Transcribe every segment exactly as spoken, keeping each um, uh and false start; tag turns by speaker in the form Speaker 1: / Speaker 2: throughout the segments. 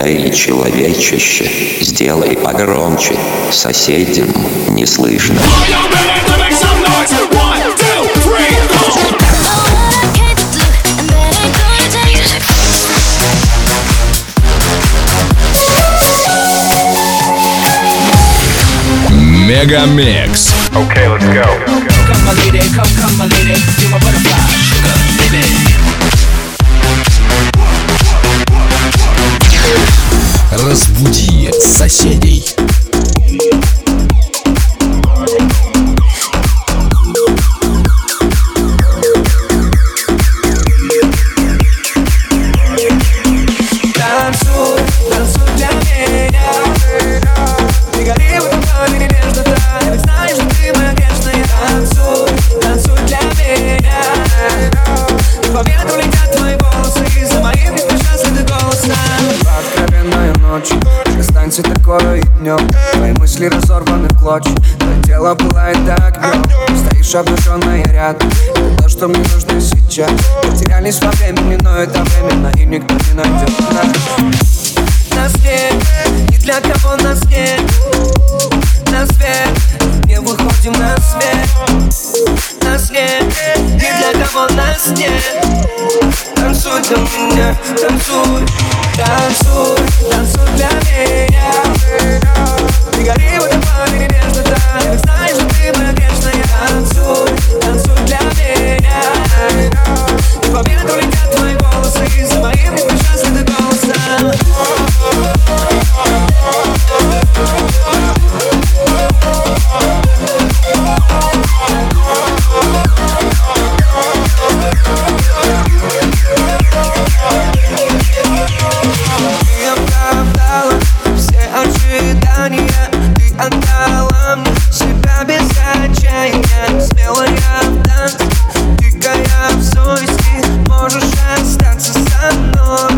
Speaker 1: Эй, человечище, сделай погромче, соседям не слышно.
Speaker 2: Мегамикс.
Speaker 3: Okay, let's go.
Speaker 4: Come my lady, come, come my lady, you're my butterfly, sugar, baby.
Speaker 2: Разбуди соседей.
Speaker 4: Танцуй, танцуй для меня. Ты гори в этом пламени нежно, ведь знаешь, что ты моя грешная. Танцуй, танцуй для меня. По ветру летят твои волосы, и за моим не спеша следы голоса.
Speaker 5: Откровенная ночь, останься такой и днем. Твои мысли разорваны в клочья, твое тело пылает огнем. Стоишь обнаженная рядом, это то, что мне нужно сейчас. Потерялись во времени, но это временно, и никто не найдет нас.
Speaker 4: Нас нет, ни для кого нас нет. На свет, не выходим на свет. Нас нет, ни для кого нас нет. Танцуй для меня, танцуй. Танцуй, танцуй для меня. Ты гори в этом пламени нежно, ведь знаешь, что ты моя грешная. Танцуй, танцуй для меня. И по ветру летят твои волосы, и за моим не спеша следы голоса.
Speaker 5: Ты оправдала все ожидания. Ты отдала мне себя без отчаяния. Смелая в танце, дикая в совести. Можешь остаться со мной.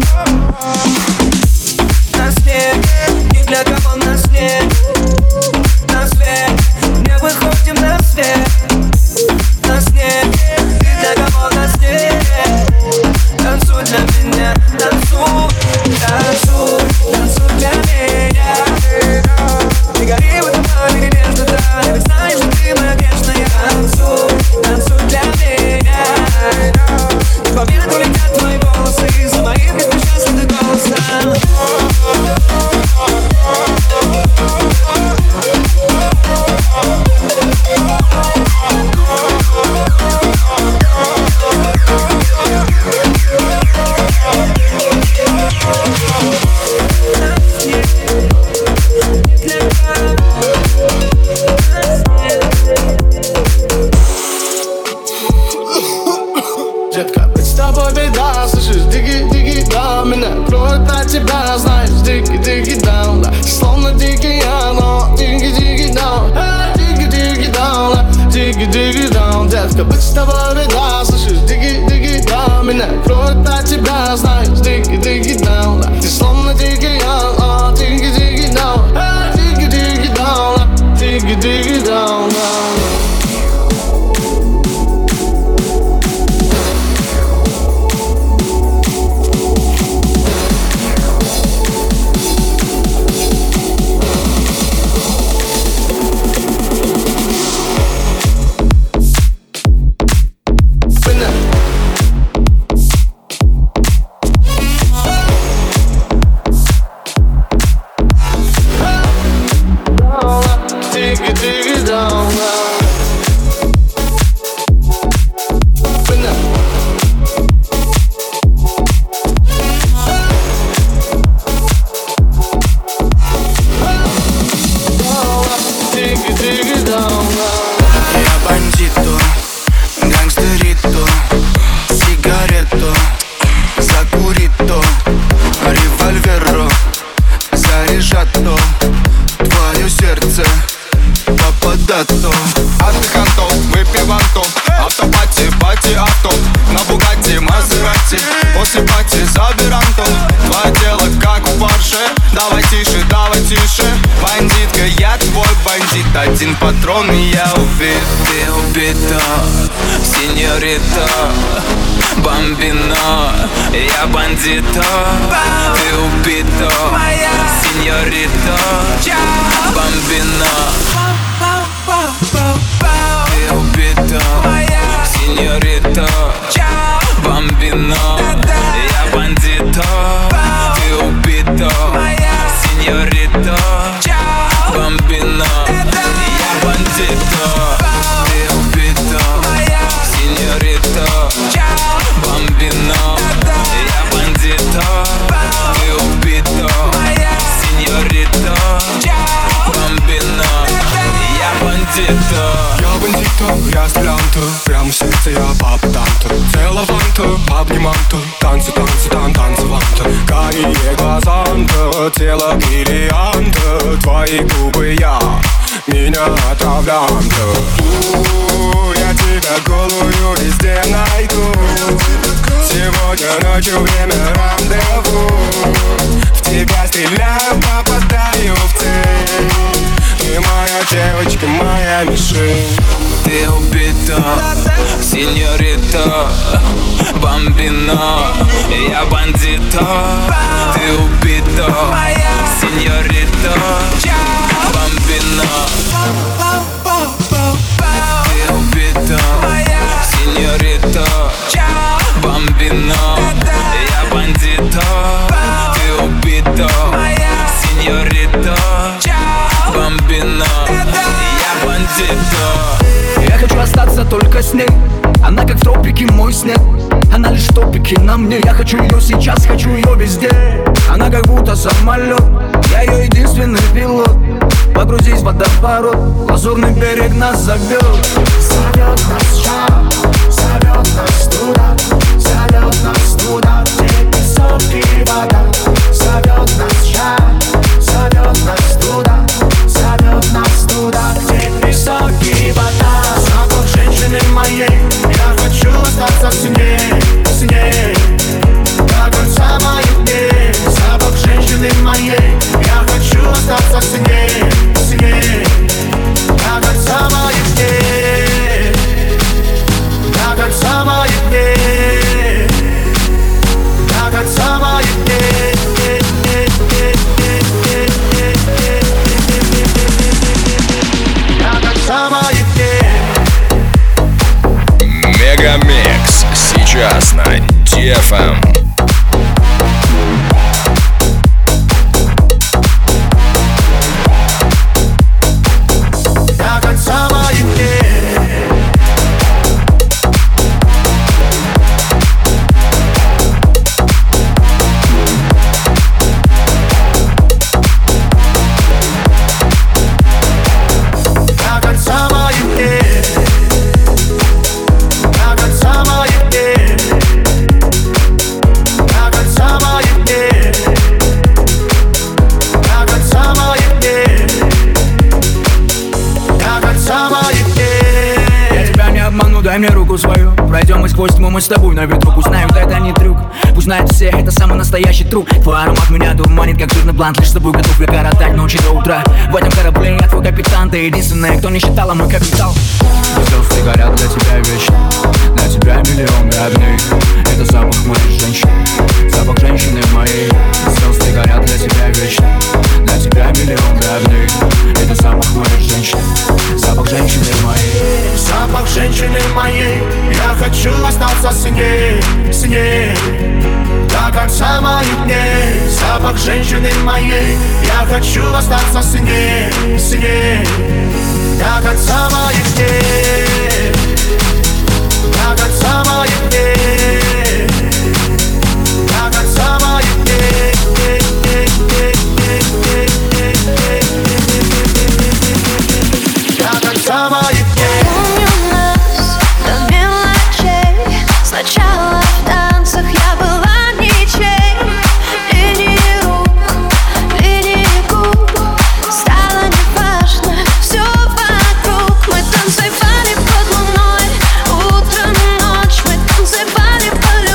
Speaker 5: Нас нет, ни для кого нас нет. На свет, не выходим на свет. Нас нет, ни для кого нас нет. Танцуй для меня, танцуй. Танцуй, танцуй для меня. Ты гори в этом пламени нежно, ведь знаешь, что ты моя грешная. Танцуй, танцуй для меня. И по ветру летят твои волосы, и за моим не спеша следы голоса.
Speaker 6: Детка, быть с тобой беда, слышишь, дикий-дикий, да. Меня кроет на тебя, знаешь, дикий-дикий, да. Словно дикий ангел, дикий-дикий, да. Дикий-дикий, да, дикий-дикий, да. Детка, быть с тобой беда, слышишь, дикий-дикий, да. Меня кроет на тебя, знаешь, дикий-дикий, да. Ты словно дикий ангел, дикий-дикий, да. Дикий-дикий, да, дикий-дикий, да.
Speaker 7: После пати забираем то. Твое тело как у Порше. Давай тише, давай тише. Бандитка, я твой бандит. Один патрон и я убит.
Speaker 8: Ты убита, сеньорита Бомбино, я бандито. Ты убита,
Speaker 7: танцеванта, обниманта, танцы, танцы, тан, танцеванта. Карие глазанта, тело бриллианта, твои губы я, меня отравлянта. У, я тебя голую везде найду. Сегодня ночью время рандеву. В тебя стреляю, попадаю в цель. Ты моя девочка, моя мишень.
Speaker 8: Ты убита, сеньорита, бомбина, я бандита. Ты убита, сеньорита, бомбина. Ты убита, сеньорита, бомбина, я бандита. Ты убита, сеньорита, бомбина, я бандита.
Speaker 3: Я хочу остаться только с ней. Она как в тропике, мой снег. Она лишь в топике на мне. Я хочу ее сейчас, хочу ее везде. Она как будто самолет, я ее единственный пилот. Погрузись в водоворот, лазурный берег нас зовет.
Speaker 6: Зовет нас шаг, зовет нас туда, зовет нас туда, где песок и вода. Зовет нас шаг, зовет нас туда, зовет нас туда, где песок и вода. Запах женщины моей, я хочу остаться с ней, с ней до конца моих дней. Запах женщины моей, я хочу остаться с ней, с ней до конца моих дней, до конца моих дней, до конца моих дней. До конца моих дней.
Speaker 2: Мегамикс сейчас на ди эф эм.
Speaker 6: До конца моих дней. До конца моих дней. До конца моих дней. До конца моих дней. До конца моих дней. До конца моих дней.
Speaker 3: Я тебя не обману, дай мне руку свою. Пройдем мы сквозь тьму, мы с тобой на ветру. Пусть знают, это не трюк, пусть знают все, это самый настоящий труп. Твой аромат меня дурманит, как жирный блант. Лишь с тобой готов я коротать ночи до утра. В этом корабле я твой капитан, ты единственная, кто не считала мой капитал. Звезды горят для тебя вечно, для тебя миллион родных. Это запах моей женщины, запах женщины моей. Звезды горят для тебя вечно, для тебя миллион родных. Это запах моей женщины, запах женщины моей.
Speaker 6: Запах женщины моей, я хочу остаться с ней, с ней до конца моих дней. Запах женщины моей, я хочу остаться с ней, с ней до конца моих дней, до конца моих дней, до конца моих дней. До конца моих дней.
Speaker 5: Помню нас до мелочей. Сначала в танцах я была ничей. Линии рук, линии губ. Стало неважно все вокруг. Мы танцевали под луной. Утро, ночь, мы танцевали по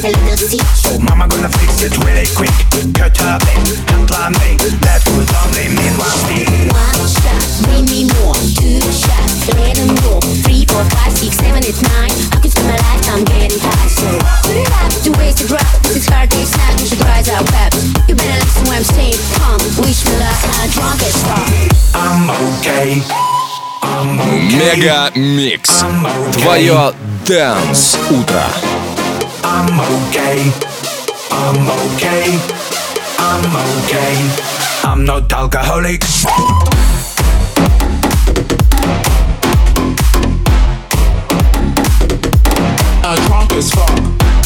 Speaker 9: a little seat.
Speaker 10: So mama gonna fix it really quick. Cut her babe, and plan B. That would only mean one thing.
Speaker 9: One shot, bring me more. Two shots, let them go. Three, four, five, six, seven, eight, nine. I could spend my lifetime getting high. So put it up to waste a drop. This is hard, it's not, you should rise up, peps. You better listen when I'm saying, come, wish me luck, I'm drunk as fuck.
Speaker 10: I'm okay. I'm okay.
Speaker 2: Мега Микс. Твое Dance утро.
Speaker 10: I'm okay. I'm okay. I'm okay. I'm not alcoholic. I'm drunk as fuck.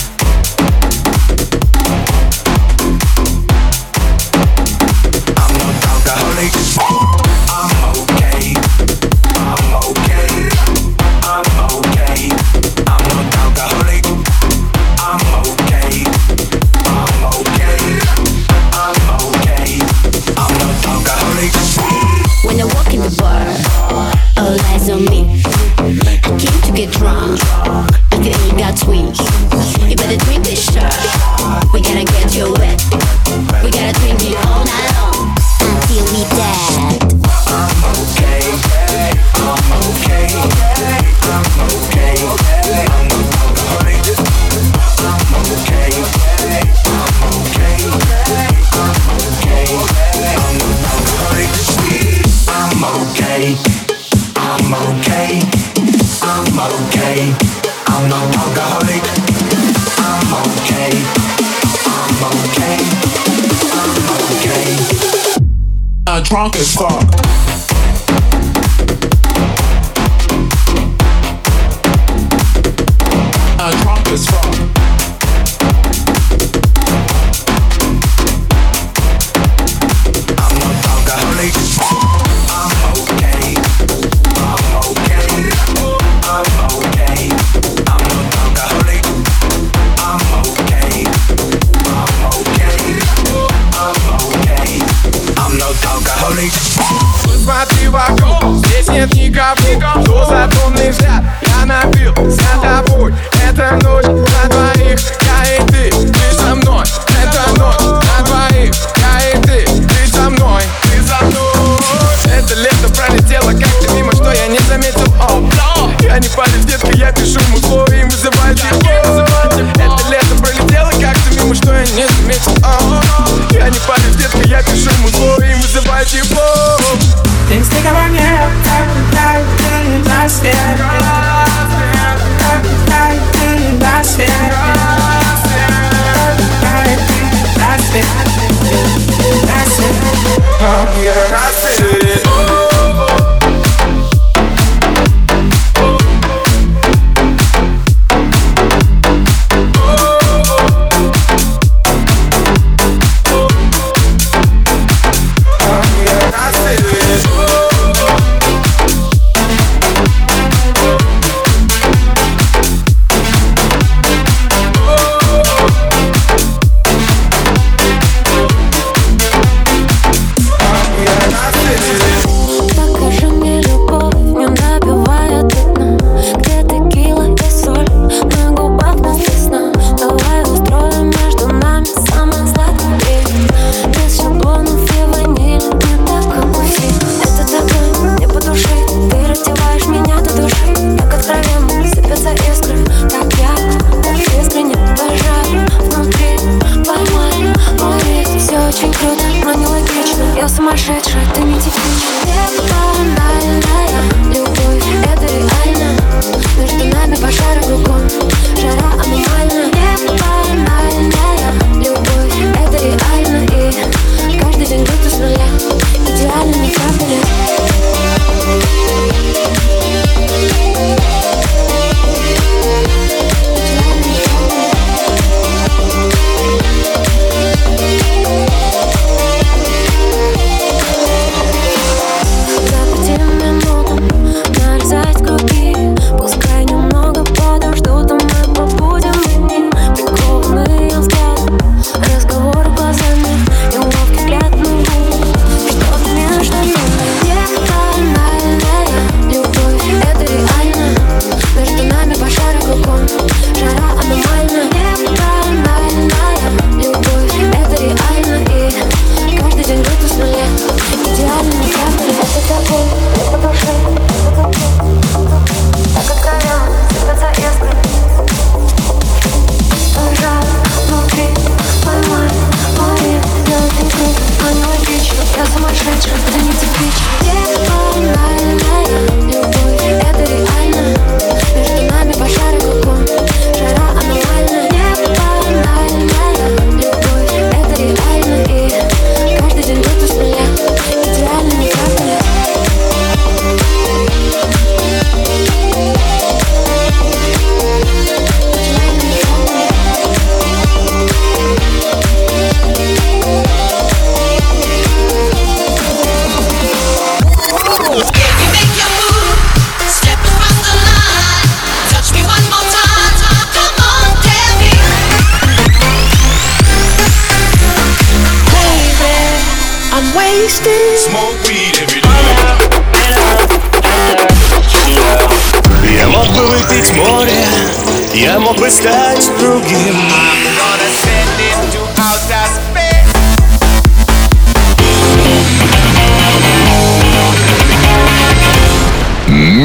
Speaker 10: I'm not alcoholic. I'm okay. I'm okay. I'm okay. I'm not alcoholic. I'm okay. I'm okay. I'm okay. I'm not alcoholic.
Speaker 9: When I walk in the bar, all eyes on me. I came to get drunk. Like it ain't got sweet. You better drink this shot. We gotta get you wet. We gotta drink it all night long until we dead.
Speaker 10: I'm okay. I'm okay. I'm okay. I'm not alcoholic. I'm okay. I'm okay. I'm okay. I'm not alcoholic. I'm okay. I'm okay. I'm okay. I'm not alcoholic. I'm okay. I'm okay. I'm okay. I'm drunk as fuck. I'm drunk as fuck. I'm not alcoholic. I'm okay. I'm okay. I'm okay. I'm not alcoholic. I'm okay. I'm okay. I'm okay. I'm not alcoholic.
Speaker 7: Посмотри вокруг, здесь нет никого. Кто законный взгляд, я напился тобой. Это ночь на двоих, я и ты, ты со мной. Это ночь на двоих, я и ты, ты со мной, ты со мной. Это лето пролетело как-то мимо, что я не заметил. О, я не палец, детка, я пишу музло и вызываю тепло. Это лето пролетело как-то мимо, что я не заметил. О, я не палец, детка, я пишу музло и вызываю тепло.
Speaker 11: Things think about me, I'm last year. Last year.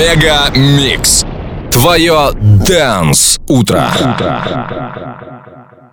Speaker 2: Мега Микс. Твое Dance утро.